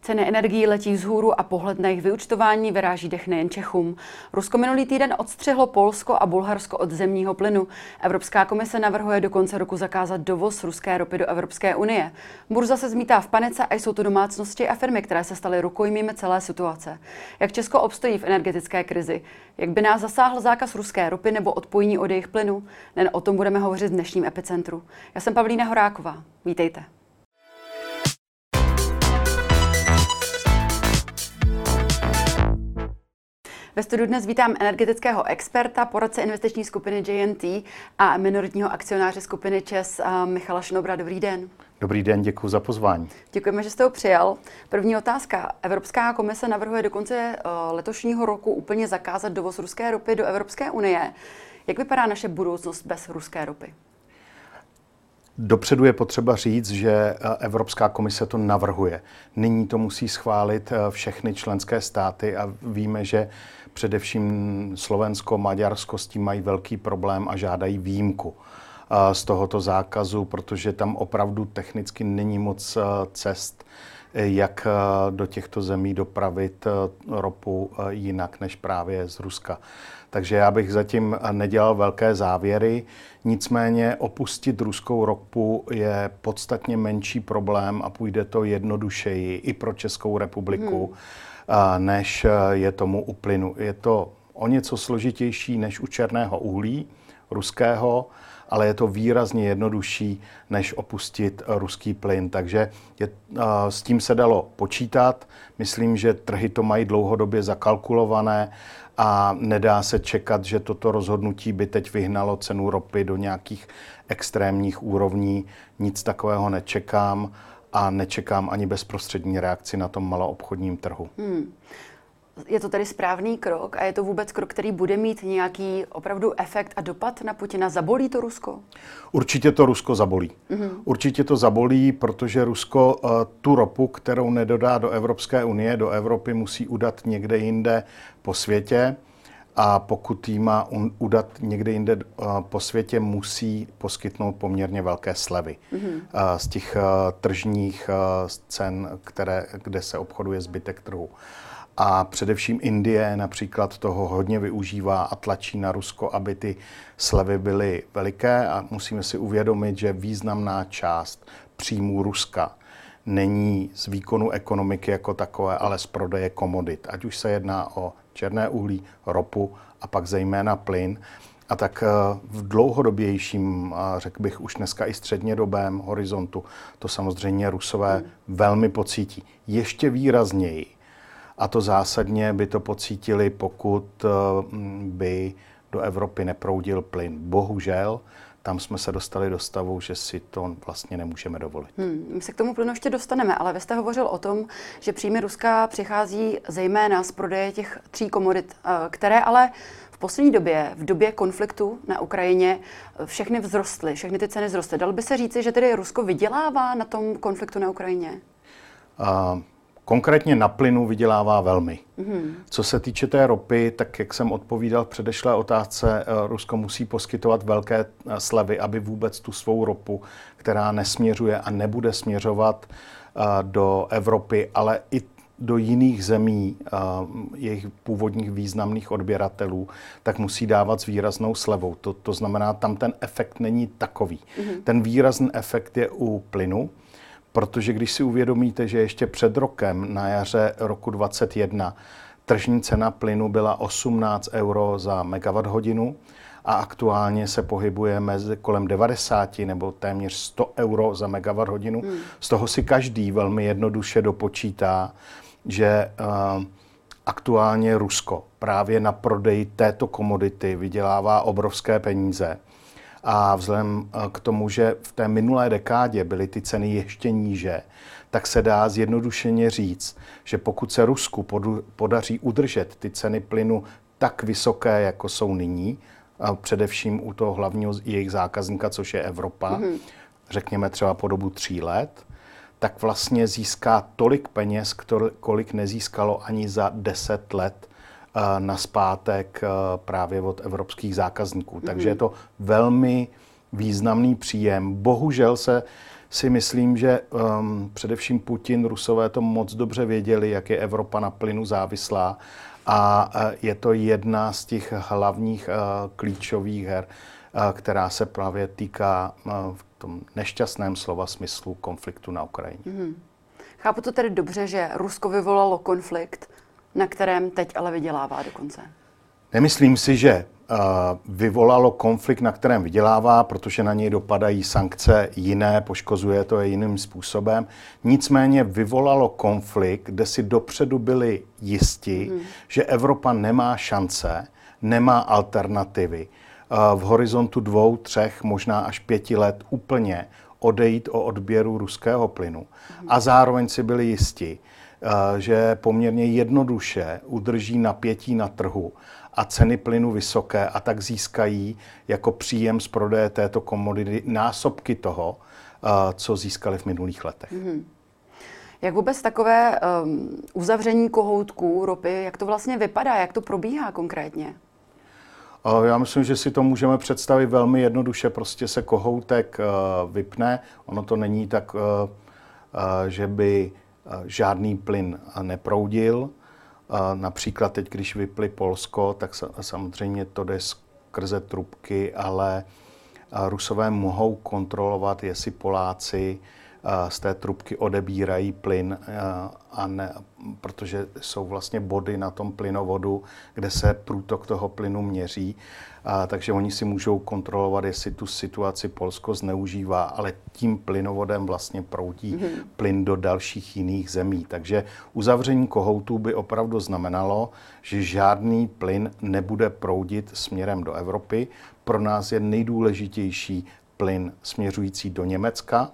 Ceny energií letí vzhůru a pohled na jejich vyúčtování vyráží dech nejen Čechům. Rusko minulý týden odstřihlo Polsko a Bulharsko od zemního plynu. Evropská komise navrhuje do konce roku zakázat dovoz ruské ropy do Evropské unie. Burza se zmítá v panice a jsou to domácnosti a firmy, které se staly rukojmími celé situace. Jak Česko obstojí v energetické krizi? Jak by nás zasáhl zákaz ruské ropy nebo odpojení od jejich plynu? Nen o tom budeme hovořit v dnešním Epicentru. Já jsem Pavlína Horáková. Vítejte. Ve studiu dnes vítám energetického experta, poradce investiční skupiny JNT a minoritního akcionáře skupiny ČEZ Michala Šnobra. Dobrý den. Dobrý den, děkuji za pozvání. Děkujeme, že jste ho přijal. První otázka. Evropská komise navrhuje do konce letošního roku úplně zakázat dovoz ruské ropy do Evropské unie. Jak vypadá naše budoucnost bez ruské ropy? Dopředu je potřeba říct, že Evropská komise to navrhuje. Nyní to musí schválit všechny členské státy a víme, že především Slovensko, Maďarsko s tím mají velký problém a žádají výjimku z tohoto zákazu, protože tam opravdu technicky není moc cest, jak do těchto zemí dopravit ropu jinak než právě z Ruska. Takže já bych zatím nedělal velké závěry, nicméně opustit ruskou ropu je podstatně menší problém a půjde to jednodušeji i pro Českou republiku, než je tomu u plynu. Je to o něco složitější než u černého uhlí ruského, ale je to výrazně jednodušší, než opustit ruský plyn. Takže s tím se dalo počítat. Myslím, že trhy to mají dlouhodobě zakalkulované a nedá se čekat, že toto rozhodnutí by teď vyhnalo cenu ropy do nějakých extrémních úrovní. Nic takového nečekám a nečekám ani bezprostřední reakci na tom maloobchodním trhu. Je to tedy správný krok a je to vůbec krok, který bude mít nějaký opravdu efekt a dopad na Putina? Zabolí to Rusko? Určitě to Rusko zabolí. Určitě to zabolí, protože Rusko tu ropu, kterou nedodá do Evropské unie, do Evropy, musí udat někde jinde po světě. A pokud jí má udat někde jinde po světě, musí poskytnout poměrně velké slevy z těch tržních cen, kde se obchoduje zbytek trhu. A především Indie například toho hodně využívá a tlačí na Rusko, aby ty slevy byly veliké. A musíme si uvědomit, že významná část příjmů Ruska není z výkonu ekonomiky jako takové, ale z prodeje komodit. Ať už se jedná o černé uhlí, ropu a pak zejména plyn. A tak v dlouhodobějším, řekl bych už dneska i střednědobém horizontu, to samozřejmě Rusové velmi pocítí. Ještě výrazněji. A to zásadně by to pocítili, pokud by do Evropy neproudil plyn. Bohužel, tam jsme se dostali do stavu, že si to vlastně nemůžeme dovolit. My se k tomu plynu ještě dostaneme, ale vy jste hovořil o tom, že příjmy Ruska přichází zejména z prodeje těch 3 komodit, které ale v poslední době, v době konfliktu na Ukrajině, všechny vzrostly, všechny ty ceny vzrostly. Dalo by se říci, že tedy Rusko vydělává na tom konfliktu na Ukrajině? Konkrétně na plynu vydělává velmi. Co se týče té ropy, tak jak jsem odpovídal v předešlé otázce, Rusko musí poskytovat velké slevy, aby vůbec tu svou ropu, která nesměřuje a nebude směřovat do Evropy, ale i do jiných zemí, jejich původních významných odběratelů, tak musí dávat s výraznou slevou. To znamená, tam ten efekt není takový. Ten výrazný efekt je u plynu, protože když si uvědomíte, že ještě před rokem, na jaře roku 2021, tržní cena plynu byla 18 euro za megawatthodinu a aktuálně se pohybuje kolem 90 nebo téměř 100 euro za megawatthodinu. Z toho si každý velmi jednoduše dopočítá, že aktuálně Rusko právě na prodeji této komodity vydělává obrovské peníze. A vzhledem k tomu, že v té minulé dekádě byly ty ceny ještě níže, tak se dá zjednodušeně říct, že pokud se Rusku podaří udržet ty ceny plynu tak vysoké, jako jsou nyní, a především u toho hlavního jejich zákazníka, což je Evropa, řekněme třeba po dobu 3 let, tak vlastně získá tolik peněz, kolik nezískalo ani za 10 let nazpátek právě od evropských zákazníků. Takže je to velmi významný příjem. Bohužel se si myslím, že především Putin, Rusové to moc dobře věděli, jak je Evropa na plynu závislá a je to jedna z těch hlavních klíčových her, která se právě týká v tom nešťastném slova smyslu konfliktu na Ukrajině. Chápu to tedy dobře, že Rusko vyvolalo konflikt, na kterém teď ale vydělává dokonce? Nemyslím si, že vyvolalo konflikt, na kterém vydělává, protože na něj dopadají sankce jiné, poškozuje to je jiným způsobem. Nicméně vyvolalo konflikt, kde si dopředu byli jisti, že Evropa nemá šance, nemá alternativy v horizontu 2, 3, možná až 5 let úplně odejít od odběru ruského plynu. A zároveň si byli jisti, že poměrně jednoduše udrží napětí na trhu a ceny plynu vysoké a tak získají jako příjem z prodeje této komodity násobky toho, co získali v minulých letech. Jak vůbec takové uzavření kohoutků ropy, jak to vlastně vypadá, jak to probíhá konkrétně? Já myslím, že si to můžeme představit velmi jednoduše. Prostě se kohoutek vypne. Ono to není tak, že by žádný plyn neproudil. Například teď, když vypli Polsko, tak samozřejmě to jde skrze trubky, ale Rusové mohou kontrolovat, jestli Poláci z té trubky odebírají plyn, protože jsou vlastně body na tom plynovodu, kde se průtok toho plynu měří. Takže oni si můžou kontrolovat, jestli tu situaci Polsko zneužívá, ale tím plynovodem vlastně proudí plyn do dalších jiných zemí. Takže uzavření kohoutů by opravdu znamenalo, že žádný plyn nebude proudit směrem do Evropy. Pro nás je nejdůležitější plyn směřující do Německa.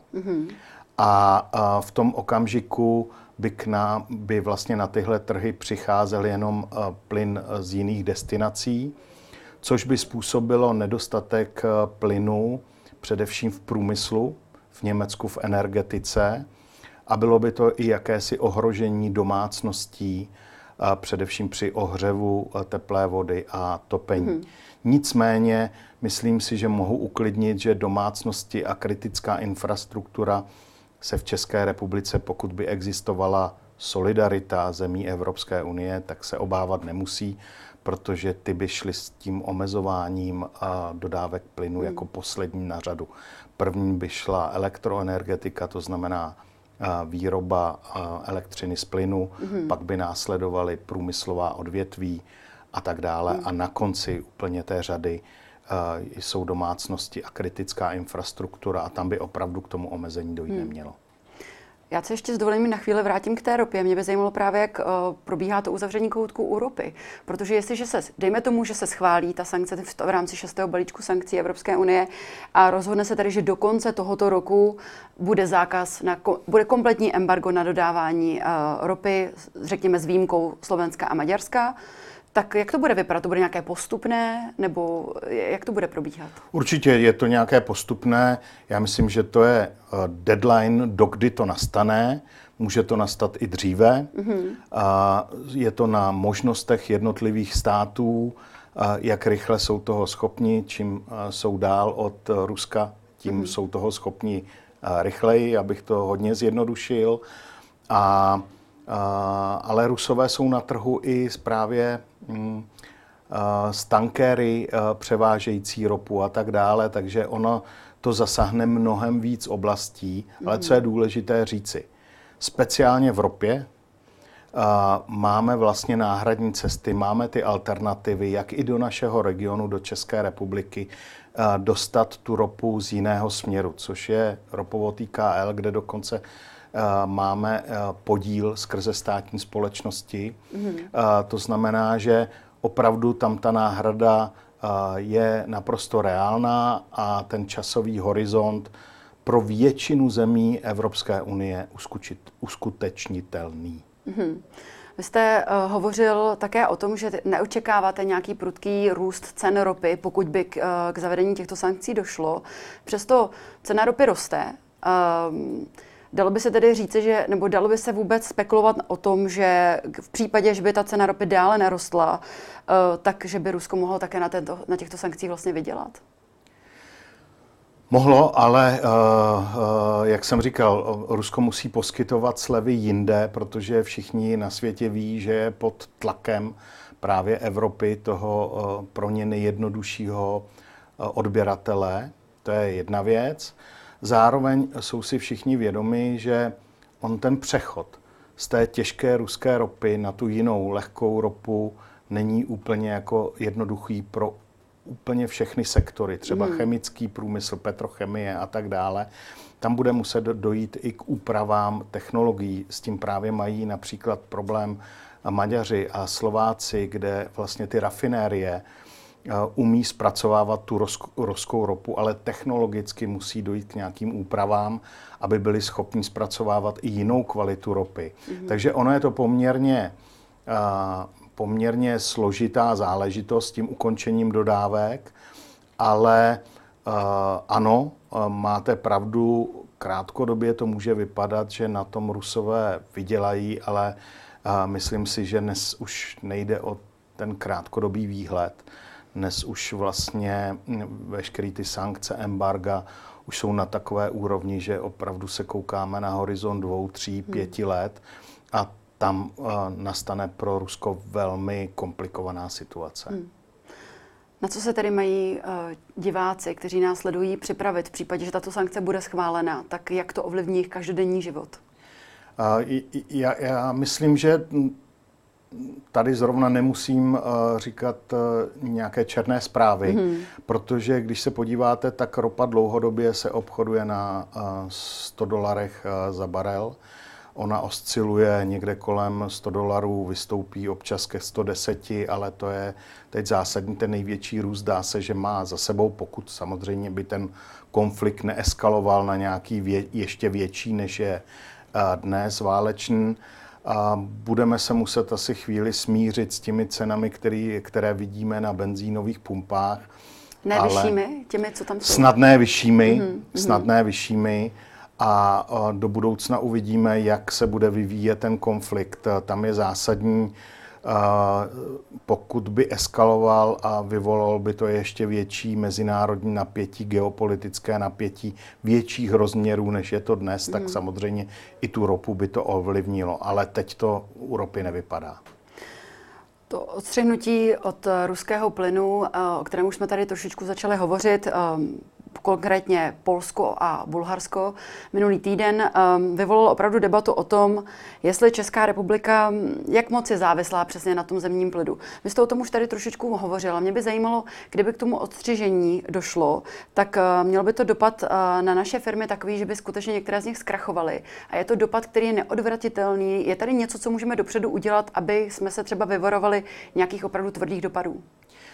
A v tom okamžiku by vlastně na tyhle trhy přicházel jenom plyn z jiných destinací, což by způsobilo nedostatek plynu, především v průmyslu, v Německu v energetice, a bylo by to i jakési ohrožení domácností, především při ohřevu teplé vody a topení. Nicméně myslím si, že mohu uklidnit, že domácnosti a kritická infrastruktura se v České republice, pokud by existovala solidarita zemí Evropské unie, tak se obávat nemusí, protože ty by šly s tím omezováním dodávek plynu jako poslední na řadu. První by šla elektroenergetika, to znamená výroba elektřiny z plynu, pak by následovaly průmyslová odvětví a tak dále. A na konci úplně té řady jsou domácnosti a kritická infrastruktura a tam by opravdu k tomu omezení dojít nemělo. Já se ještě s dovolením na chvíli vrátím k té ropě. Mě by zajímalo právě, jak probíhá to uzavření kohoutků u ropy. Protože jestliže dejme tomu, že se schválí ta sankce v rámci 6. balíčku sankcí Evropské unie a rozhodne se tady, že do konce tohoto roku bude bude kompletní embargo na dodávání ropy, řekněme s výjimkou Slovenska a Maďarska, tak jak to bude vypadat? To bude nějaké postupné, nebo jak to bude probíhat? Určitě je to nějaké postupné. Já myslím, že to je deadline, dokdy to nastane. Může to nastat i dříve. Je to na možnostech jednotlivých států, jak rychle jsou toho schopni. Čím jsou dál od Ruska, tím jsou toho schopni rychleji, abych to hodně zjednodušil. Ale Rusové jsou na trhu i právě z tankéry převážející ropu a tak dále, takže ono to zasáhne mnohem víc oblastí, ale co je důležité říci, speciálně v ropě máme vlastně náhradní cesty, máme ty alternativy, jak i do našeho regionu, do České republiky, dostat tu ropu z jiného směru, což je ropovod IKL, kde dokonce máme podíl skrze státní společnosti. To znamená, že opravdu tam ta náhrada je naprosto reálná a ten časový horizont pro většinu zemí Evropské unie uskutečnitelný. Vy jste hovořil také o tom, že neočekáváte nějaký prudký růst cen ropy, pokud by k zavedení těchto sankcí došlo. Přesto cena ropy roste. Dalo by se tedy říci, nebo dalo by se vůbec spekulovat o tom, že v případě, že by ta cena ropy dále narostla, takže by Rusko mohlo také na těchto sankcích vlastně vydělat? Mohlo, ale jak jsem říkal, Rusko musí poskytovat slevy jinde, protože všichni na světě ví, že je pod tlakem právě Evropy, toho pro ně nejjednoduššího odběratele. To je jedna věc. Zároveň jsou si všichni vědomi, že on ten přechod z té těžké ruské ropy na tu jinou lehkou ropu není úplně jako jednoduchý pro úplně všechny sektory, třeba chemický průmysl, petrochemie a tak dále. Tam bude muset dojít i k úpravám technologií. S tím právě mají například problém Maďaři a Slováci, kde vlastně ty rafinérie umí zpracovávat tu ruskou ropu, ale technologicky musí dojít k nějakým úpravám, aby byli schopni zpracovávat i jinou kvalitu ropy. Takže ono je to poměrně složitá záležitost s tím ukončením dodávek, ale ano, máte pravdu, krátkodobě to může vypadat, že na tom Rusové vydělají, ale myslím si, že dnes už nejde o ten krátkodobý výhled. Dnes už vlastně veškeré ty sankce, embarga už jsou na takové úrovni, že opravdu se koukáme na horizont 2, 3, 5 let a tam nastane pro Rusko velmi komplikovaná situace. Na co se tedy mají diváci, kteří nás sledují, připravit v případě, že tato sankce bude schválena? Tak jak to ovlivní jejich každodenní život? Já myslím, že tady zrovna nemusím říkat nějaké černé zprávy, protože když se podíváte, tak ropa dlouhodobě se obchoduje na $100 za barel. Ona osciluje někde kolem $100, vystoupí občas ke 110, ale to je teď zásadní, ten největší růst dá se, že má za sebou, pokud samozřejmě by ten konflikt neeskaloval na nějaký ještě větší, než je dnes válečný. A budeme se muset asi chvíli smířit s těmi cenami, které vidíme na benzínových pumpách. Ne vyššími, těmi, co tam jsou? Snadné vyššími. A do budoucna uvidíme, jak se bude vyvíjet ten konflikt. Tam je zásadní, pokud by eskaloval a vyvolal by to ještě větší mezinárodní napětí, geopolitické napětí větších rozměrů, než je to dnes, tak samozřejmě i tu ropu by to ovlivnilo. Ale teď to u ropy nevypadá. To odstřihnutí od ruského plynu, o kterém už jsme tady trošičku začali hovořit, konkrétně Polsko a Bulharsko, minulý týden vyvolalo opravdu debatu o tom, jestli Česká republika, jak moc je závislá přesně na tom zemním plynu. Vy jste o tom už tady trošičku hovořila. Mě by zajímalo, kdyby k tomu odstřižení došlo, tak měl by to dopad na naše firmy takový, že by skutečně některé z nich zkrachovaly. A je to dopad, který je neodvratitelný. Je tady něco, co můžeme dopředu udělat, aby jsme se třeba vyvarovali nějakých opravdu tvrdých dopadů?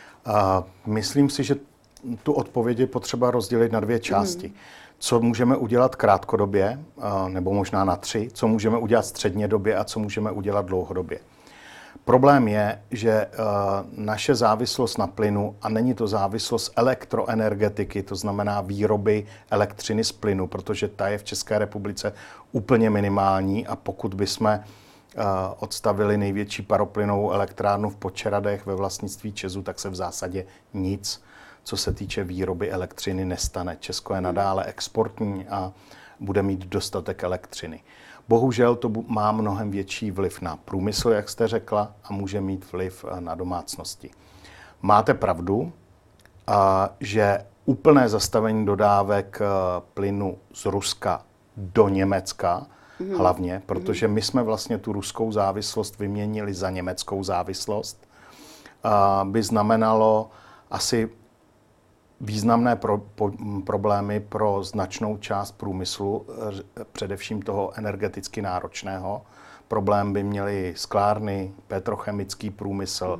Myslím si, že tu odpověď je potřeba rozdělit na 2 části. Co můžeme udělat krátkodobě, nebo možná na 3, co můžeme udělat střednědobě a co můžeme udělat dlouhodobě. Problém je, že naše závislost na plynu, a není to závislost elektroenergetiky, to znamená výroby elektřiny z plynu, protože ta je v České republice úplně minimální a pokud bychom odstavili největší paroplynovou elektrárnu v Počeradech ve vlastnictví ČEZu, tak se v zásadě nic, co se týče výroby elektřiny, nestane. Česko je nadále exportní a bude mít dostatek elektřiny. Bohužel to má mnohem větší vliv na průmysl, jak jste řekla, a může mít vliv na domácnosti. Máte pravdu, že úplné zastavení dodávek plynu z Ruska do Německa, hlavně, protože my jsme vlastně tu ruskou závislost vyměnili za německou závislost, by znamenalo asi významné problémy pro značnou část průmyslu, především toho energeticky náročného. Problém by měly sklárny, petrochemický průmysl,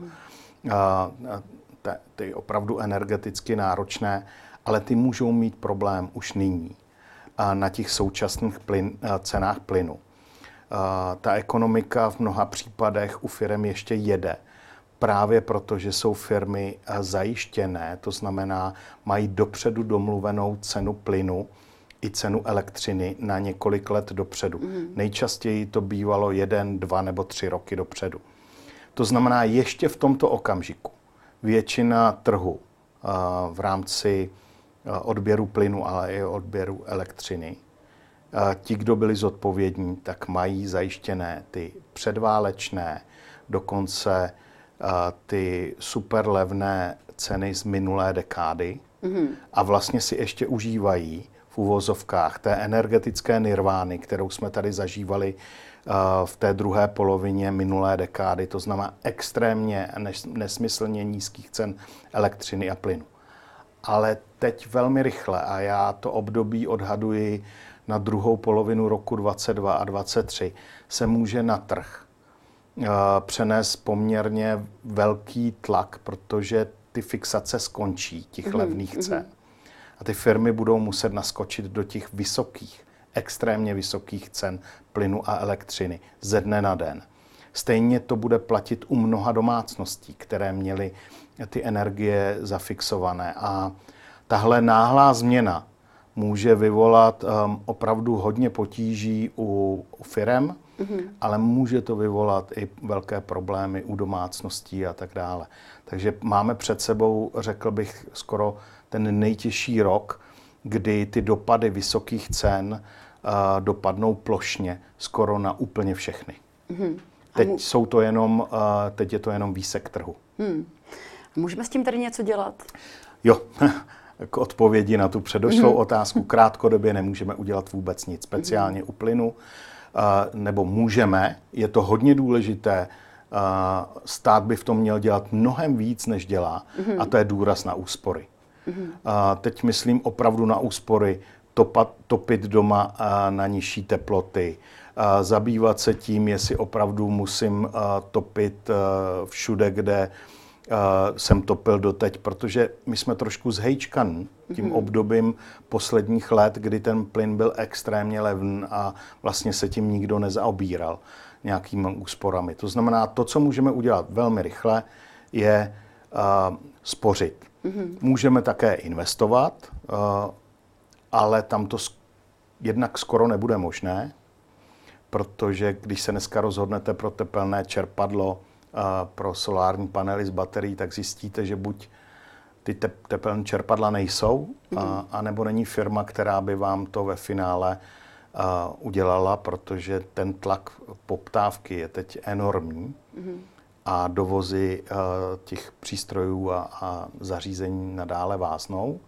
ty opravdu energeticky náročné, ale ty můžou mít problém už nyní na těch současných cenách plynu. Ta ekonomika v mnoha případech u firem ještě jede. Právě proto, že jsou firmy zajištěné, to znamená, mají dopředu domluvenou cenu plynu i cenu elektřiny na několik let dopředu. Nejčastěji to bývalo 1, 2 nebo 3 roky dopředu. To znamená, ještě v tomto okamžiku většina trhu v rámci odběru plynu, ale i odběru elektřiny. Ti, kdo byli zodpovědní, tak mají zajištěné ty předválečné, dokonce ty super levné ceny z minulé dekády a vlastně si ještě užívají v uvozovkách té energetické nirvány, kterou jsme tady zažívali v té druhé polovině minulé dekády, to znamená extrémně nesmyslně nízkých cen elektřiny a plynu. Ale teď velmi rychle, a já to období odhaduji na druhou polovinu roku 2022 a 2023, se může na trh přenést poměrně velký tlak, protože ty fixace skončí, těch levných cen. A ty firmy budou muset naskočit do těch vysokých, extrémně vysokých cen plynu a elektřiny ze dne na den. Stejně to bude platit u mnoha domácností, které měly ty energie zafixované. A tahle náhlá změna může vyvolat opravdu hodně potíží u firem, ale může to vyvolat i velké problémy u domácností a tak dále. Takže máme před sebou, řekl bych, skoro ten nejtěžší rok, kdy ty dopady vysokých cen dopadnou plošně skoro na úplně všechny. Teď je to jenom výsek trhu. Můžeme s tím tady něco dělat? Jo, k odpovědi na tu předešlou otázku. Krátkodobě nemůžeme udělat vůbec nic, speciálně u plynu. Nebo můžeme, je to hodně důležité, stát by v tom měl dělat mnohem víc, než dělá, a to je důraz na úspory. Teď myslím opravdu na úspory, topit doma na nižší teploty, zabývat se tím, jestli opravdu musím topit všude, kde jsem topil doteď, protože my jsme trošku zhejčkaní tím obdobím posledních let, kdy ten plyn byl extrémně levný a vlastně se tím nikdo nezaobíral nějakými úsporami. To znamená, to, co můžeme udělat velmi rychle, je spořit. Můžeme také investovat, ale tam to jednak skoro nebude možné, protože když se dneska rozhodnete pro tepelné čerpadlo, pro solární panely z baterií, tak zjistíte, že buď ty tepelné čerpadla nejsou, anebo není firma, která by vám to ve finále udělala, protože ten tlak poptávky je teď enormní a dovozy těch přístrojů a zařízení nadále váznou.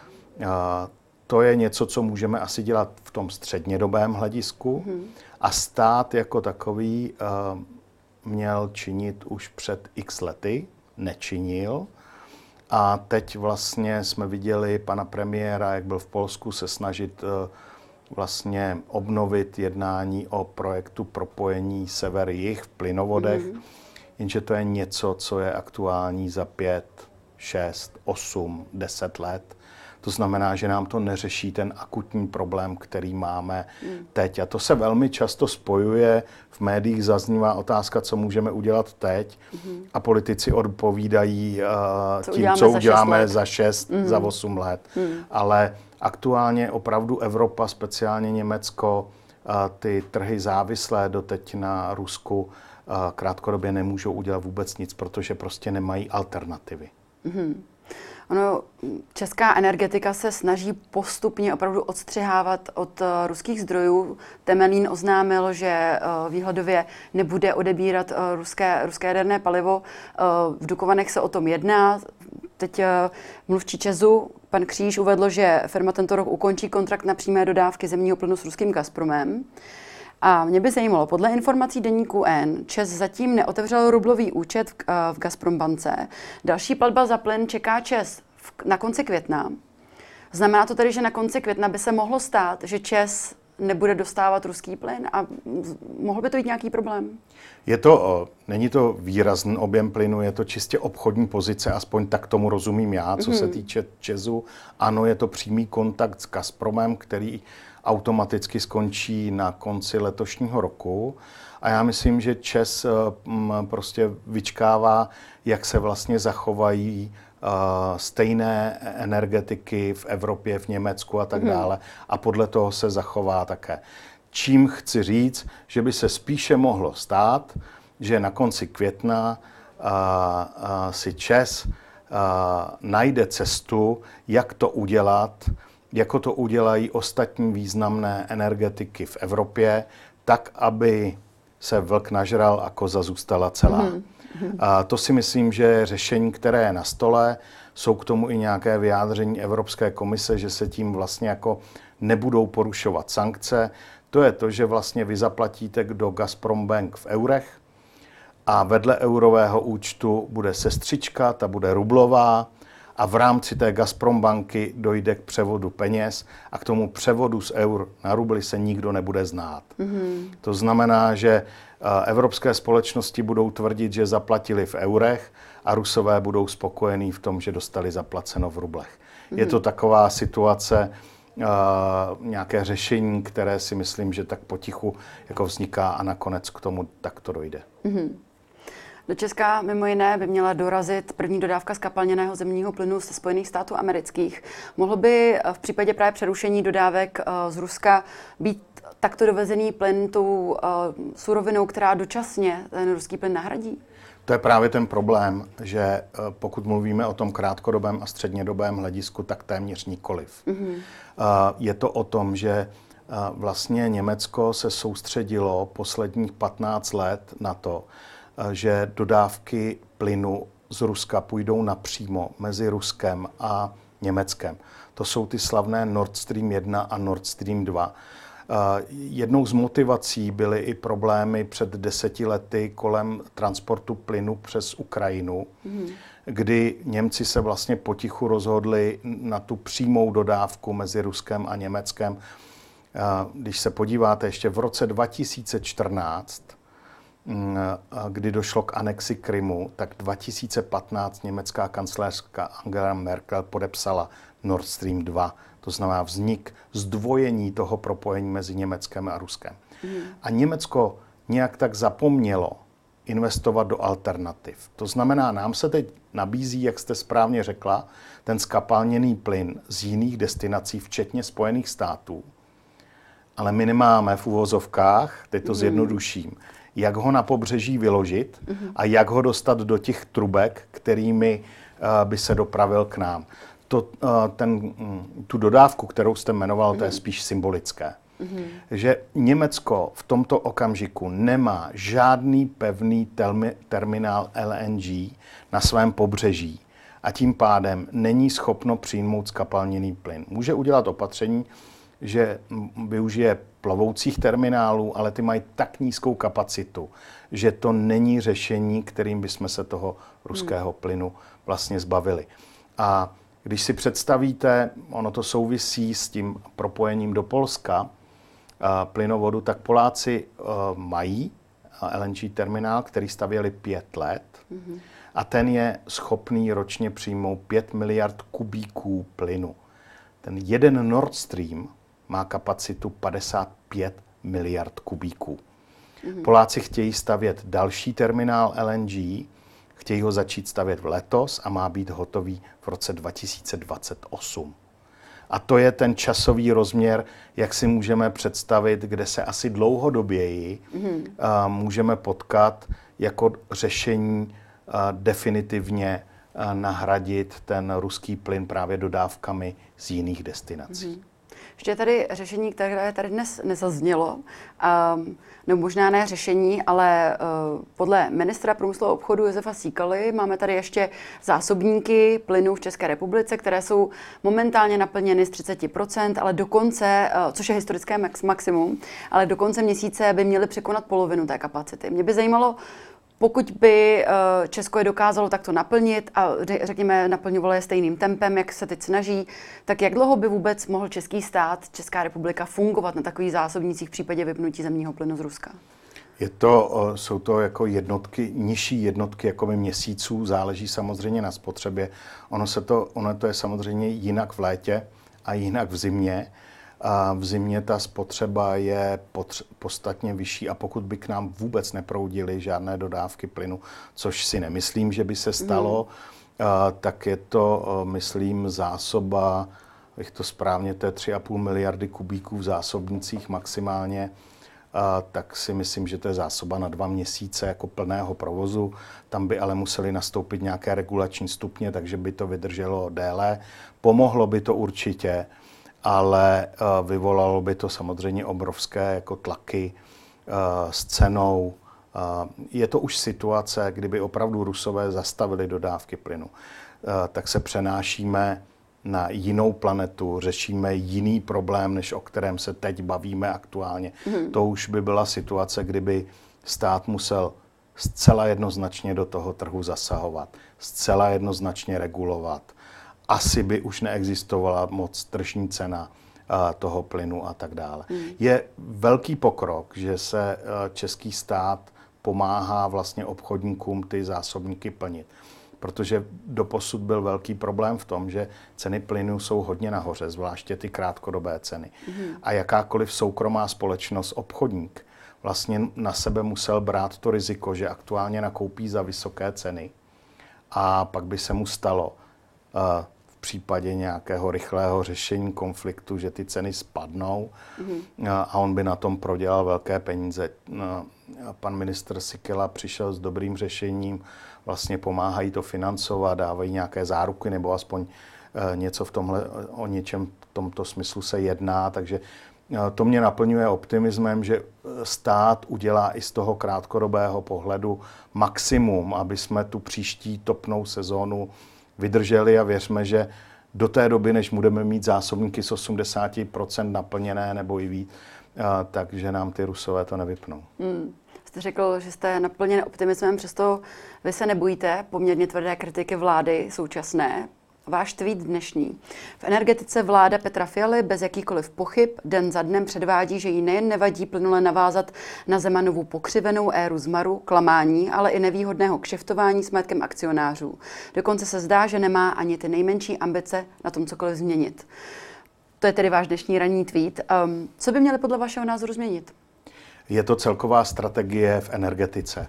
To je něco, co můžeme asi dělat v tom střednědobém hledisku a stát jako takový měl činit už před x lety, nečinil. A teď vlastně jsme viděli pana premiéra, jak byl v Polsku, se snažit vlastně obnovit jednání o projektu propojení sever-jih v plynovodech, jenže to je něco, co je aktuální za 5, 6, 8, 10 let. To znamená, že nám to neřeší ten akutní problém, který máme teď. A to se velmi často spojuje, v médiích zaznívá otázka, co můžeme udělat teď. A politici odpovídají tím, co uděláme za 6, za 8 let. Ale aktuálně opravdu Evropa, speciálně Německo, ty trhy závislé doteď na Rusku krátkodobě nemůžou udělat vůbec nic, protože prostě nemají alternativy. Ono, česká energetika se snaží postupně opravdu odstřihávat od ruských zdrojů. Temelín oznámil, že výhledově nebude odebírat ruské jaderné palivo. V Dukovanech se o tom jedná. Teď mluvčí ČEZu, pan Kříž, uvedl, že firma tento rok ukončí kontrakt na přímé dodávky zemního plynu s ruským Gazpromem. A mě by zajímalo, podle informací deníku N, ČEZ zatím neotevřel rublový účet v Gazprombance. Další platba za plyn čeká ČEZ na konci května. Znamená to tedy, že na konci května by se mohlo stát, že ČEZ nebude dostávat ruský plyn a mohl by to být nějaký problém? Není to výrazný objem plynu, je to čistě obchodní pozice, aspoň tak tomu rozumím já, co se týče ČEZu. Ano, je to přímý kontakt s Gazpromem, který automaticky skončí na konci letošního roku. A já myslím, že ČEZ prostě vyčkává, jak se vlastně zachovají stejné energetiky v Evropě, v Německu a tak dále. A podle toho se zachová také. Čím chci říct, že by se spíše mohlo stát, že na konci května si ČEZ najde cestu, jak to udělat, jako to udělají ostatní významné energetiky v Evropě, tak, aby se vlk nažral a koza zůstala celá. A to si myslím, že je řešení, které je na stole. Jsou k tomu i nějaké vyjádření Evropské komise, že se tím vlastně jako nebudou porušovat sankce. To je to, že vlastně vy zaplatíte do Gazprombank v eurech a vedle eurového účtu bude sestřička, ta bude rublová a v rámci té Gazprombanky dojde k převodu peněz a k tomu převodu z eur na rubly se nikdo nebude znát. To znamená, že evropské společnosti budou tvrdit, že zaplatili v eurech a Rusové budou spokojení v tom, že dostali zaplaceno v rublech. Je to taková situace, nějaké řešení, které si myslím, že tak potichu jako vzniká a nakonec k tomu takto dojde. Do Česka mimo jiné by měla dorazit první dodávka zkapalněného zemního plynu ze Spojených států amerických. Mohl by v případě právě přerušení dodávek z Ruska být takto dovezený plyn tou surovinou, která dočasně ten ruský plyn nahradí? To je právě ten problém, že pokud mluvíme o tom krátkodobém a střednědobém hledisku, tak téměř nikoliv. Je to o tom, že vlastně Německo se soustředilo posledních 15 let na to, že dodávky plynu z Ruska půjdou napřímo mezi Ruskem a Německem. To jsou ty slavné Nord Stream 1 a Nord Stream 2. Jednou z motivací byly i problémy před 10 lety kolem transportu plynu přes Ukrajinu, kdy Němci se vlastně potichu rozhodli na tu přímou dodávku mezi Ruskem a Německem. Když se podíváte ještě v roce 2014, kdy došlo k anexi Krymu, tak 2015 německá kancléřka Angela Merkel podepsala Nord Stream 2. To znamená vznik zdvojení toho propojení mezi Německem a Ruskem. A Německo nějak tak zapomnělo investovat do alternativ. To znamená, nám se teď nabízí, jak jste správně řekla, ten zkapalněný plyn z jiných destinací, včetně Spojených států. Ale my nemáme v uvozovkách, teď to zjednoduším, jak ho na pobřeží vyložit a jak ho dostat do těch trubek, kterými by se dopravil k nám. Tu dodávku, kterou jste jmenoval, to je spíš symbolické. Že Německo v tomto okamžiku nemá žádný pevný terminál LNG na svém pobřeží a tím pádem není schopno přijmout zkapalněný plyn. Může udělat opatření, že využije plovoucích terminálů, ale ty mají tak nízkou kapacitu, že to není řešení, kterým bychom se toho ruského plynu vlastně zbavili. A když si představíte, ono to souvisí s tím propojením do Polska, plynovodu, tak Poláci mají LNG terminál, který stavěli 5 let a ten je schopný ročně přijmout 5 miliard kubíků plynu. Ten jeden Nord Stream má kapacitu 55 miliard kubíků. Poláci chtějí stavět další terminál LNG, chtějí ho začít stavět letos a má být hotový v roce 2028. A to je ten časový rozměr, jak si můžeme představit, kde se asi dlouhodoběji můžeme potkat jako řešení definitivně nahradit ten ruský plyn právě dodávkami z jiných destinací. Ještě je tady řešení, které tady dnes nezaznělo, nebo možná ne řešení, ale podle ministra průmyslu a obchodu Josefa Síkely máme tady ještě zásobníky plynu v České republice, které jsou momentálně naplněny z 30%, ale do konce, což je historické maximum, ale do konce měsíce by měly překonat polovinu té kapacity. Mě by zajímalo, pokud by Česko je dokázalo takto naplnit a řekněme naplňovalo je stejným tempem, jak se teď snaží, tak jak dlouho by vůbec mohl český stát, Česká republika fungovat na takových zásobnících v případě vypnutí zemního plynu z Ruska? Jsou to jako jednotky, nižší jednotky jako měsíců, záleží samozřejmě na spotřebě. Ono to je samozřejmě jinak v létě a jinak v zimě. A v zimě ta spotřeba je podstatně vyšší a pokud by k nám vůbec neproudily žádné dodávky plynu, což si nemyslím, že by se stalo, tak je to, myslím, zásoba, to je 3,5 miliardy kubíků v zásobnicích maximálně tak si myslím, že to je zásoba na 2 měsíce jako plného provozu. Tam by ale museli nastoupit nějaké regulační stupně, takže by to vydrželo déle. Pomohlo by to určitě, ale vyvolalo by to samozřejmě obrovské jako tlaky s cenou. Je to už situace, kdyby opravdu Rusové zastavili dodávky plynu, tak se přenášíme na jinou planetu, řešíme jiný problém, než o kterém se teď bavíme aktuálně. To už by byla situace, kdyby stát musel zcela jednoznačně do toho trhu zasahovat, zcela jednoznačně regulovat. Asi by už neexistovala moc tržní cena toho plynu a tak dále. Je velký pokrok, že se český stát pomáhá vlastně obchodníkům ty zásobníky plnit. Protože doposud byl velký problém v tom, že ceny plynu jsou hodně nahoře, zvláště ty krátkodobé ceny. A jakákoliv soukromá společnost, obchodník, vlastně na sebe musel brát to riziko, že aktuálně nakoupí za vysoké ceny a pak by se mu stalo v případě nějakého rychlého řešení konfliktu, že ty ceny spadnou a on by na tom prodělal velké peníze. Pan ministr Síkela přišel s dobrým řešením, vlastně pomáhají to financovat, dávají nějaké záruky nebo aspoň něco v tomhle, o něčem v tomto smyslu se jedná, takže to mě naplňuje optimismem, že stát udělá i z toho krátkodobého pohledu maximum, aby jsme tu příští topnou sezónu vydrželi a věřme, že do té doby, než budeme mít zásobníky z 80% naplněné nebo i víc, takže nám ty Rusové to nevypnou. Jste řekl, že jste naplněn optimismem, přesto vy se nebojíte poměrně tvrdé kritiky vlády současné. Váš tweet dnešní. V energetice vláda Petra Fialy bez jakýkoliv pochyb den za dnem předvádí, že jí nejen nevadí plynule navázat na Zemanovu pokřivenou éru zmaru, klamání, ale i nevýhodného kšeftování s majetkem akcionářů. Dokonce se zdá, že nemá ani ty nejmenší ambice na tom cokoliv změnit. To je tedy váš dnešní ranní tweet. Co by měli podle vašeho názoru změnit? Je to celková strategie v energetice.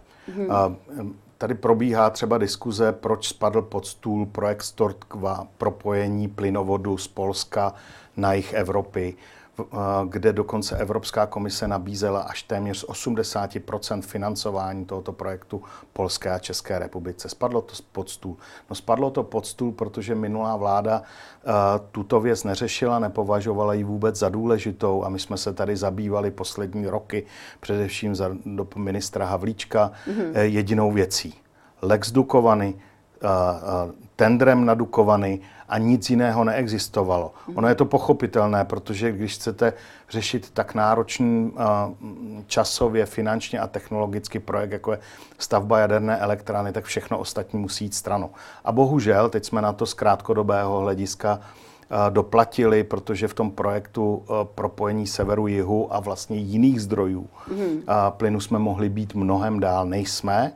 Tady probíhá třeba diskuze, proč spadl pod stůl projekt Storkva, propojení plynovodu z Polska na jih Evropy, kde dokonce Evropská komise nabízela až téměř 80% financování tohoto projektu Polské a České republice. Spadlo to pod stůl. No spadlo to pod stůl, protože minulá vláda tuto věc neřešila, nepovažovala ji vůbec za důležitou a my jsme se tady zabývali poslední roky, především za dob ministra Havlíčka, jedinou věcí. Lex Dukovany, tendrem na Dukovany a nic jiného neexistovalo. Ono je to pochopitelné, protože když chcete řešit tak náročný časově, finančně a technologicky projekt, jako je stavba jaderné elektrárny, tak všechno ostatní musí jít stranou. A bohužel, teď jsme na to z krátkodobého hlediska doplatili, protože v tom projektu propojení severu-jihu a vlastně jiných zdrojů plynu jsme mohli být mnohem dál, nejsme.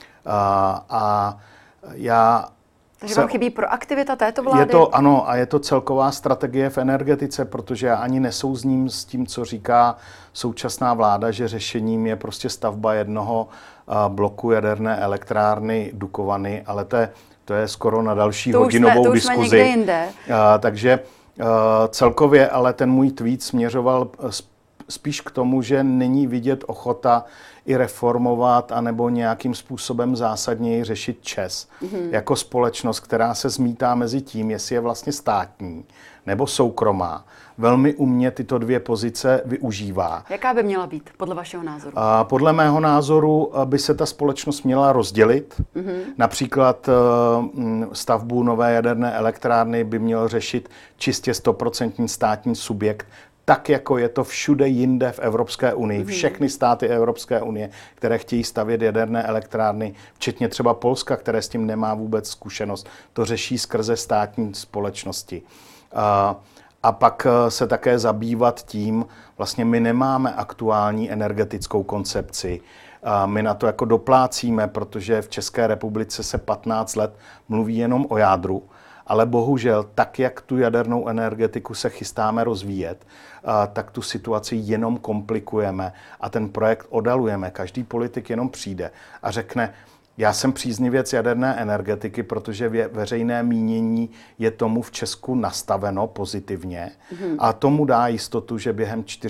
Takže vám chybí proaktivita této vlády? Je to, ano, a je to celková strategie v energetice, protože já ani nesouzním s tím, co říká současná vláda, že řešením je prostě stavba jednoho bloku jaderné elektrárny Dukovany, ale to je skoro na další hodinovou diskuzi. Takže celkově ale ten můj tweet směřoval spíš k tomu, že není vidět ochota i reformovat anebo nějakým způsobem zásadněji řešit ČEZ jako společnost, která se zmítá mezi tím, jestli je vlastně státní nebo soukromá. Velmi umně tyto dvě pozice využívá. Jaká by měla být, podle vašeho názoru? Podle mého názoru by se ta společnost měla rozdělit. Například stavbu nové jaderné elektrárny by měl řešit čistě 100% státní subjekt, tak, jako je to všude jinde v Evropské unii. Všechny státy Evropské unie, které chtějí stavět jaderné elektrárny, včetně třeba Polska, které s tím nemá vůbec zkušenost, to řeší skrze státní společnosti. A pak se také zabývat tím, vlastně my nemáme aktuální energetickou koncepci. My na to jako doplácíme, protože v České republice se 15 let mluví jenom o jádru, ale bohužel, tak jak tu jadernou energetiku se chystáme rozvíjet, tak tu situaci jenom komplikujeme a ten projekt odalujeme. Každý politik jenom přijde a řekne, já jsem příznivec jaderné energetiky, protože veřejné mínění je tomu v Česku nastaveno pozitivně a tomu dá jistotu, že během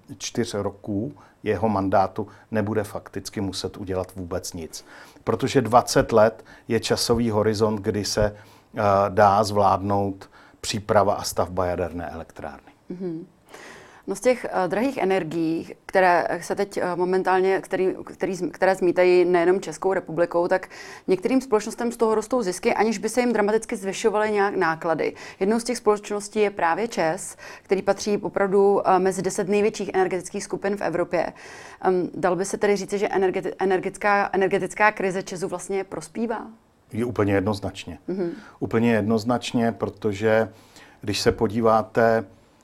4 roků jeho mandátu nebude fakticky muset udělat vůbec nic. Protože 20 let je časový horizont, kdy se dá zvládnout příprava a stavba jaderné elektrárny. Mm-hmm. No z těch drahých energií, které se teď momentálně, které zmítají nejenom Českou republikou, tak některým společnostem z toho rostou zisky, aniž by se jim dramaticky zvyšovaly nějak náklady. Jednou z těch společností je právě ČEZ, který patří opravdu mezi 10 největších energetických skupin v Evropě. Dal by se tedy říci, že energetická krize ČEZu vlastně prospívá? Je úplně jednoznačně. Mm-hmm. Úplně jednoznačně, protože když se podíváte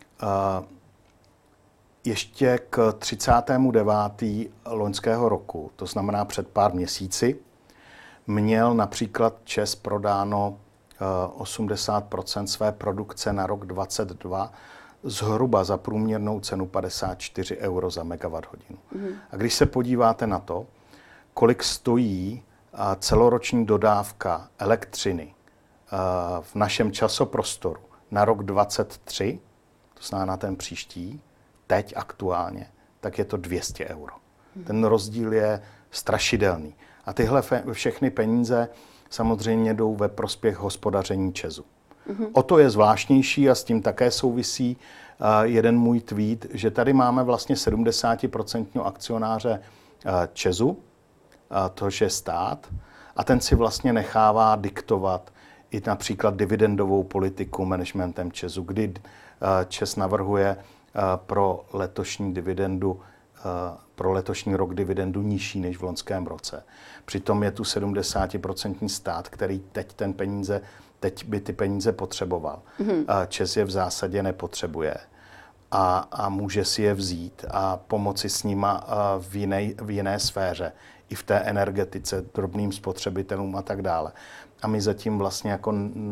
ještě k 39. loňského roku, to znamená před pár měsíci, měl například ČEZ prodáno 80% své produkce na rok 2022 zhruba za průměrnou cenu 54 euro za megawatt hodinu. A když se podíváte na to, kolik stojí celoroční dodávka elektřiny v našem časoprostoru na rok 2023, to znamená na ten příští, teď aktuálně, tak je to 200 euro. Ten rozdíl je strašidelný. A tyhle všechny peníze samozřejmě jdou ve prospěch hospodaření ČEZu. O to je zvláštnější a s tím také souvisí jeden můj tweet, že tady máme vlastně 70% akcionáře ČEZu, tož je stát, a ten si vlastně nechává diktovat i například dividendovou politiku managementem ČEZu, kdy ČEZ navrhuje pro letošní rok dividendu nižší než v loňském roce. Přitom je tu 70% stát, který teď by ty peníze potřeboval. ČEZ je v zásadě nepotřebuje a může si je vzít a pomoci s nima v jiné sféře, i v té energetice, drobným spotřebitelům a tak dále. A my zatím vlastně jako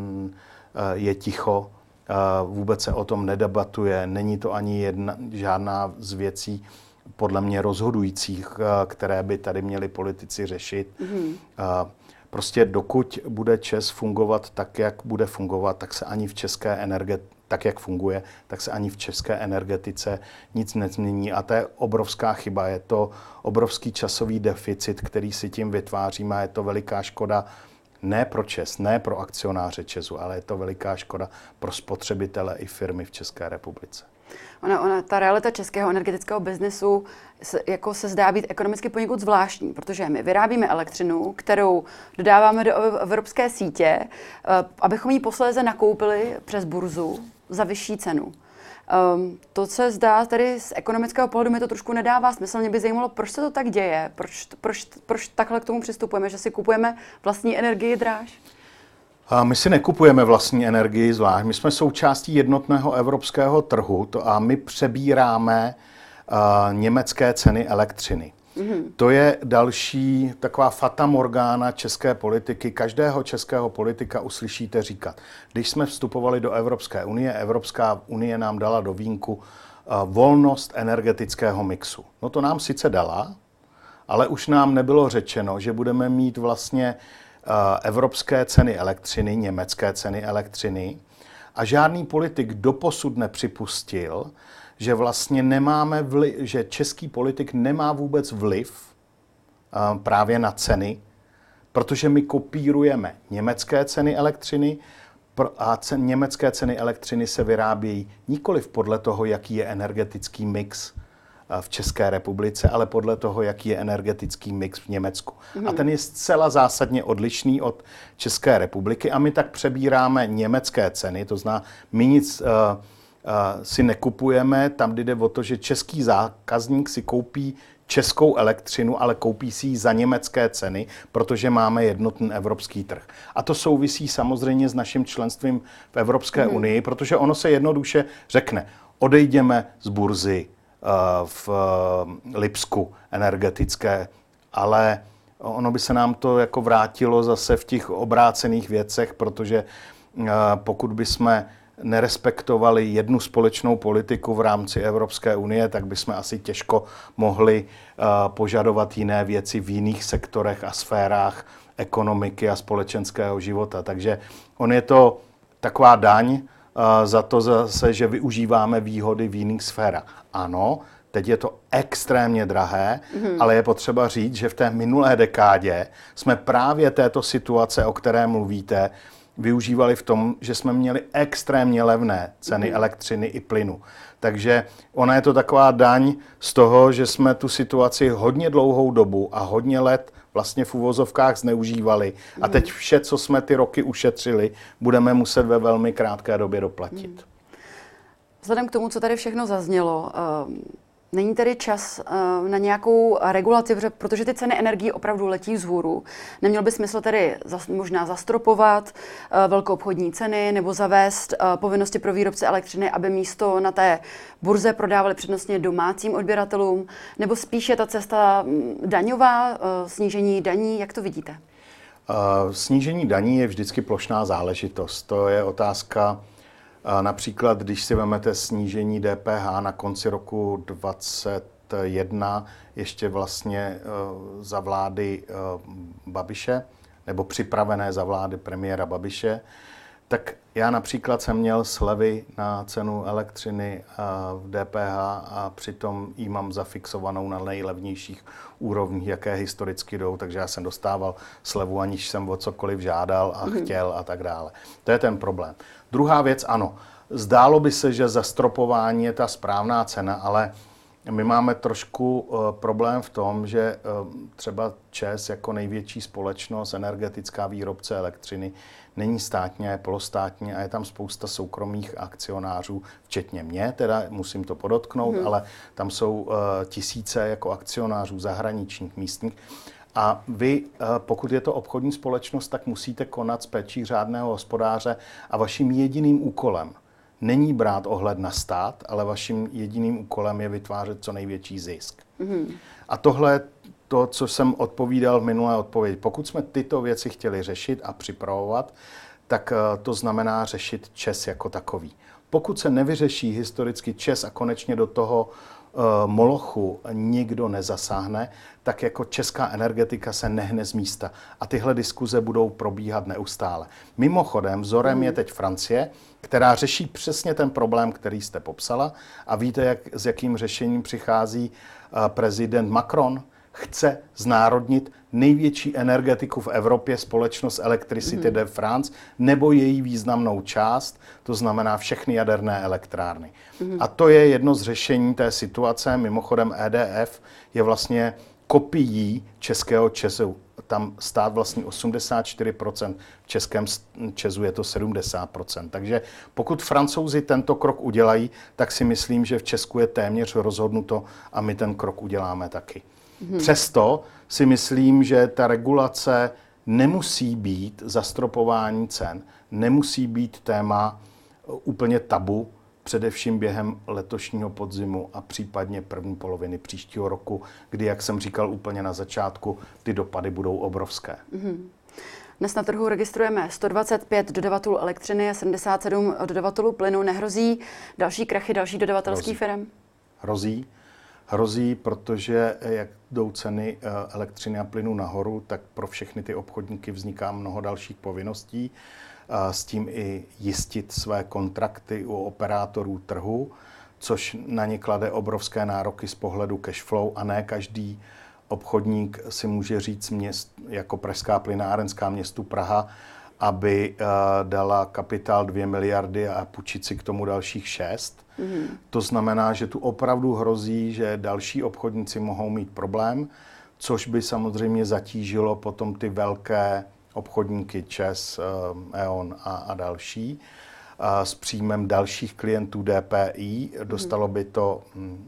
je ticho, vůbec se o tom nedebatuje, není to ani žádná z věcí podle mě rozhodujících, které by tady měli politici řešit. Prostě dokud bude ČEZ fungovat tak, jak bude fungovat, tak se ani v české tak, jak funguje, tak se ani v české energetice nic nezmění. A to je obrovská chyba, je to obrovský časový deficit, který si tím vytváříme, je to veliká škoda ne pro ČEZ, ne pro akcionáře ČEZu, ale je to veliká škoda pro spotřebitele i firmy v České republice. Ta realita českého energetického biznesu se zdá být ekonomicky poněkud zvláštní, protože my vyrábíme elektřinu, kterou dodáváme do evropské sítě, abychom ji posléze nakoupili přes burzu za vyšší cenu. To se zdá tady z ekonomického pohledu mi to trošku nedává smysl. Mě by zajímalo, proč se to tak děje, proč takhle k tomu přistupujeme, že si kupujeme vlastní energii dráž? My si nekupujeme vlastní energii zvlášť. My jsme součástí jednotného evropského trhu a my přebíráme německé ceny elektřiny. To je další taková fata morgana české politiky. Každého českého politika uslyšíte říkat. Když jsme vstupovali do Evropské unie, Evropská unie nám dala do vínku volnost energetického mixu. No to nám sice dala, ale už nám nebylo řečeno, že budeme mít vlastně evropské ceny elektřiny, německé ceny elektřiny a žádný politik doposud nepřipustil, že vlastně že český politik nemá vůbec vliv právě na ceny, protože my kopírujeme německé ceny elektřiny a německé ceny elektřiny se vyrábějí nikoliv podle toho, jaký je energetický mix v České republice, ale podle toho, jaký je energetický mix v Německu. A ten je zcela zásadně odlišný od České republiky a my tak přebíráme německé ceny, to znamená, my nic si nekupujeme, tam jde o to, že český zákazník si koupí českou elektřinu, ale koupí si ji za německé ceny, protože máme jednotný evropský trh. A to souvisí samozřejmě s naším členstvím v Evropské unii, protože ono se jednoduše řekne, odejdeme z burzy v Lipsku energetické, ale ono by se nám to jako vrátilo zase v těch obrácených věcech, protože pokud bychom nerespektovali jednu společnou politiku v rámci Evropské unie, tak bychom asi těžko mohli požadovat jiné věci v jiných sektorech a sférách ekonomiky a společenského života. Takže on je to taková daň za to zase, že využíváme výhody v jiných sférách. Ano, Teď je to extrémně drahé, ale je potřeba říct, že v té minulé dekádě jsme právě této situace, o které mluvíte, využívali v tom, že jsme měli extrémně levné ceny elektřiny i plynu. Takže ona je to taková daň z toho, že jsme tu situaci hodně dlouhou dobu a hodně let vlastně v uvozovkách zneužívali. A teď vše, co jsme ty roky ušetřili, budeme muset ve velmi krátké době doplatit. Vzhledem k tomu, co tady všechno zaznělo, není tedy čas na nějakou regulaci, protože ty ceny energií opravdu letí vzhůru. Neměl by smysl tedy možná zastropovat velkoobchodní ceny nebo zavést povinnosti pro výrobce elektřiny, aby místo na té burze prodávali přednostně domácím odběratelům, nebo spíše ta cesta daňová, snížení daní, jak to vidíte? Snížení daní je vždycky plošná záležitost. To je otázka. Například, když si vezmete snížení DPH na konci roku 2021, ještě vlastně za vlády Babiše, nebo připravené za vlády premiéra Babiše, tak já například jsem měl slevy na cenu elektřiny v DPH a přitom ji mám zafixovanou na nejlevnějších úrovních, jaké historicky jdou, takže já jsem dostával slevu, aniž jsem o cokoliv žádal a chtěl a tak dále. To je ten problém. Druhá věc, ano, zdálo by se, že zastropování je ta správná cena, ale my máme trošku problém v tom, že třeba ČEZ jako největší společnost, energetická výrobce elektřiny, není státní, je polostátní a je tam spousta soukromých akcionářů, včetně mě, teda musím to podotknout, ale tam jsou tisíce jako akcionářů zahraničních, místních. A vy, pokud je to obchodní společnost, tak musíte konat s péčí řádného hospodáře a vaším jediným úkolem není brát ohled na stát, ale vaším jediným úkolem je vytvářet co největší zisk. A tohle to, co jsem odpovídal v minulé odpovědi. Pokud jsme tyto věci chtěli řešit a připravovat, tak to znamená řešit ČEZ jako takový. Pokud se nevyřeší historicky ČEZ a konečně do toho molochu nikdo nezasáhne, tak jako česká energetika se nehne z místa. A tyhle diskuze budou probíhat neustále. Mimochodem, vzorem je teď Francie, která řeší přesně ten problém, který jste popsala. A víte, s jakým řešením přichází prezident Macron? Chce znárodnit největší energetiku v Evropě, společnost Electricité de France, nebo její významnou část, to znamená všechny jaderné elektrárny. A to je jedno z řešení té situace. Mimochodem EDF je vlastně kopií českého ČEZu. Tam stát vlastní 84%, v českém ČEZu je to 70%. Takže pokud Francouzi tento krok udělají, tak si myslím, že v Česku je téměř rozhodnuto a my ten krok uděláme taky. Přesto si myslím, že ta regulace nemusí být zastropování cen, nemusí být téma úplně tabu, především během letošního podzimu a případně první poloviny příštího roku, kdy, jak jsem říkal úplně na začátku, ty dopady budou obrovské. Dnes na trhu registrujeme 125 dodavatelů elektřiny a 77 dodavatelů plynu. Nehrozí další krachy, další dodavatelských firm? Hrozí, protože jak jdou ceny elektřiny a plynu nahoru, tak pro všechny ty obchodníky vzniká mnoho dalších povinností. S tím i jistit své kontrakty u operátorů trhu, což na ně klade obrovské nároky z pohledu cash flow a ne každý obchodník si může říct jako Pražská plynárenská městu Praha, aby dala kapitál 2 miliardy a půjčit si k tomu dalších 6. To znamená, že tu opravdu hrozí, že další obchodníci mohou mít problém, což by samozřejmě zatížilo potom ty velké obchodníky ČEZ, E.ON a další. S příjmem dalších klientů DPI dostalo by to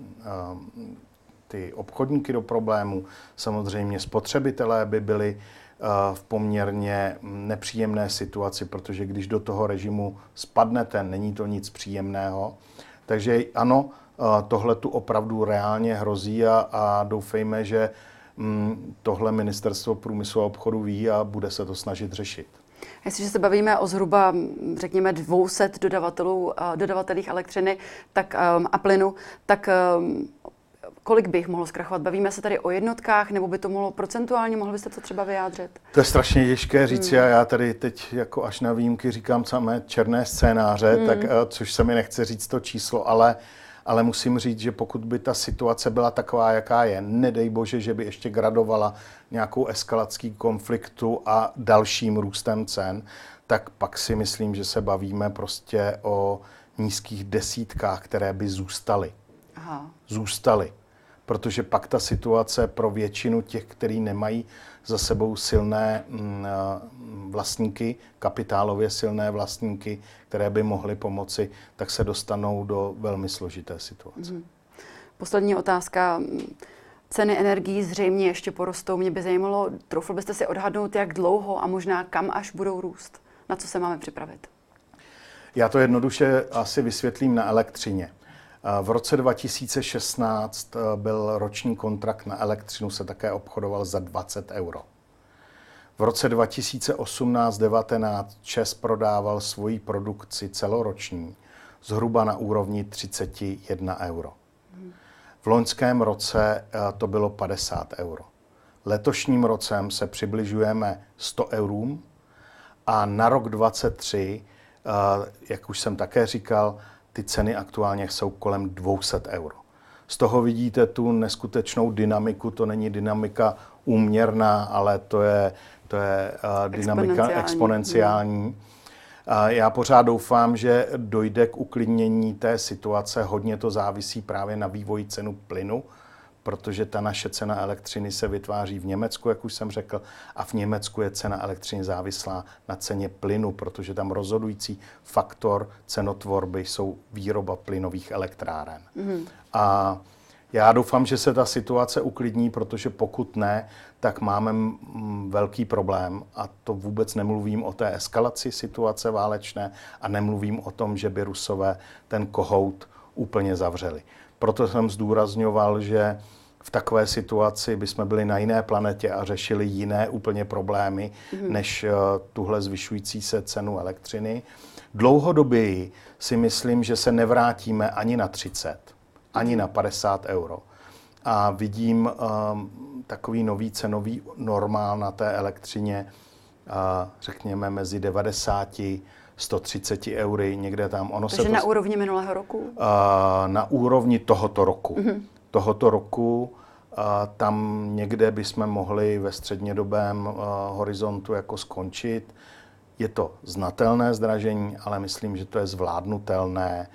ty obchodníky do problému. Samozřejmě spotřebitelé by byli v poměrně nepříjemné situaci, protože když do toho režimu spadnete, není to nic příjemného. Takže ano, tohle tu opravdu reálně hrozí a doufejme, že tohle Ministerstvo průmyslu a obchodu ví a bude se to snažit řešit. Jestliže se bavíme o zhruba, řekněme, 200 dodavatelích elektřiny a plynu, tak kolik by jich mohlo zkrachovat? Bavíme se tady o jednotkách, nebo by to mohlo procentuálně, mohli byste to třeba vyjádřit? To je strašně těžké říct a já tady teď jako až na výjimky říkám samé černé scénáře, tak, což se mi nechce říct to číslo, ale ale musím říct, že pokud by ta situace byla taková, jaká je, nedej bože, že by ještě gradovala nějakou eskalací konfliktu a dalším růstem cen, tak pak si myslím, že se bavíme prostě o nízkých desítkách, které by zůstaly. Aha. Zůstaly. Protože pak ta situace pro většinu těch, kteří nemají za sebou silné vlastníky, kapitálově silné vlastníky, které by mohly pomoci, tak se dostanou do velmi složité situace. Poslední otázka. Ceny energií zřejmě ještě porostou. Mě by zajímalo, troufl byste si odhadnout, jak dlouho a možná kam až budou růst? Na co se máme připravit? Já to jednoduše asi vysvětlím na elektřině. V roce 2016 byl roční kontrakt na elektřinu, se také obchodoval za 20 euro. V roce 2018-19 ČEZ prodával svoji produkci celoroční zhruba na úrovni 31 euro. V loňském roce to bylo 50 euro. Letošním rocem se přibližujeme 100 eurům a na rok 2023, jak už jsem také říkal, ty ceny aktuálně jsou kolem 200 euro. Z toho vidíte tu neskutečnou dynamiku, to není dynamika úměrná, ale to je dynamika exponenciální. Já pořád doufám, že dojde k uklidnění té situace. Hodně to závisí právě na vývoji cenu plynu, protože ta naše cena elektřiny se vytváří v Německu, jak už jsem řekl, a v Německu je cena elektřiny závislá na ceně plynu, protože tam rozhodující faktor cenotvorby jsou výroba plynových elektráren. A já doufám, že se ta situace uklidní, protože pokud ne, tak máme velký problém a to vůbec nemluvím o té eskalaci situace válečné a nemluvím o tom, že by Rusové ten kohout úplně zavřeli. Proto jsem zdůrazňoval, že v takové situaci bychom byli na jiné planetě a řešili jiné úplně problémy, než tuhle zvyšující se cenu elektřiny. Dlouhodoběji si myslím, že se nevrátíme ani na 30, ani na 50 euro. A vidím takový nový cenový normál na té elektřině, řekněme mezi 90 130 eury, někde tam. Takže na úrovni minulého roku? Na úrovni tohoto roku. Tohoto roku tam někde bychom mohli ve střednědobém horizontu jako skončit. Je to znatelné zdražení, ale myslím, že to je zvládnutelné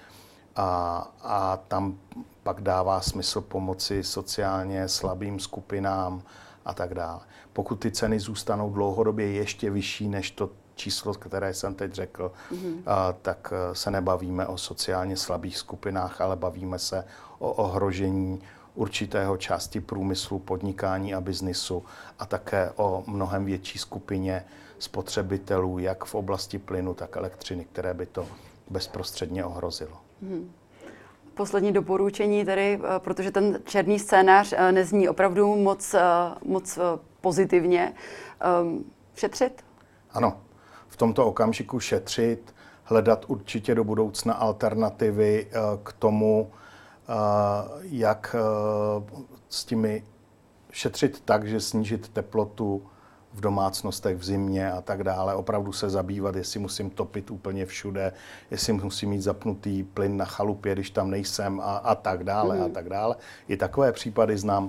a tam pak dává smysl pomoci sociálně slabým skupinám a tak dále. Pokud ty ceny zůstanou dlouhodobě ještě vyšší než to číslo, které jsem teď řekl, tak se nebavíme o sociálně slabých skupinách, ale bavíme se o ohrožení určitého části průmyslu, podnikání a biznisu a také o mnohem větší skupině spotřebitelů, jak v oblasti plynu, tak elektřiny, které by to bezprostředně ohrozilo. Poslední doporučení tedy, protože ten černý scénář nezní opravdu moc pozitivně. Šetřit? Ano, v tomto okamžiku šetřit, hledat určitě do budoucna alternativy k tomu, jak s těmi šetřit tak, že snížit teplotu v domácnostech v zimě a tak dále. Opravdu se zabývat, jestli musím topit úplně všude, jestli musím mít zapnutý plyn na chalupě, když tam nejsem a tak dále a tak dále. I takové případy znám.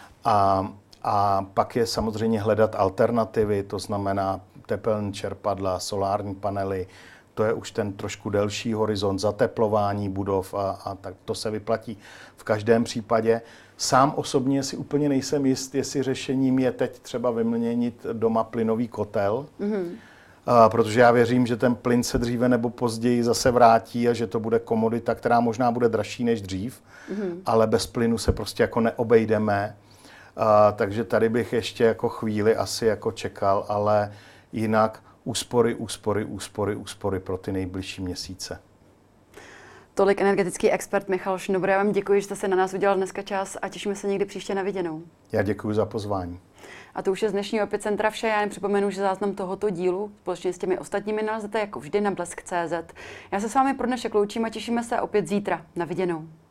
A pak je samozřejmě hledat alternativy, to znamená tepelní čerpadla, solární panely, to je už ten trošku delší horizont, zateplování budov a tak to se vyplatí v každém případě. Sám osobně si úplně nejsem jist, jestli řešením je teď třeba vyměnit doma plynový kotel, protože já věřím, že ten plyn se dříve nebo později zase vrátí a že to bude komodita, která možná bude dražší než dřív, ale bez plynu se prostě jako neobejdeme. Takže tady bych ještě jako chvíli asi jako čekal, ale jinak úspory pro ty nejbližší měsíce. Tolik energetický expert Michal Šnobr. Já vám děkuji, že jste se na nás udělal dneska čas a těšíme se někdy příště na viděnou. Já děkuji za pozvání. A to už je z dnešního Epicentra vše. Já jen připomenu, že záznam tohoto dílu společně s těmi ostatními naleznete jako vždy na blesk.cz. Já se s vámi pro dnešek loučím a těšíme se opět zítra. Na viděnou.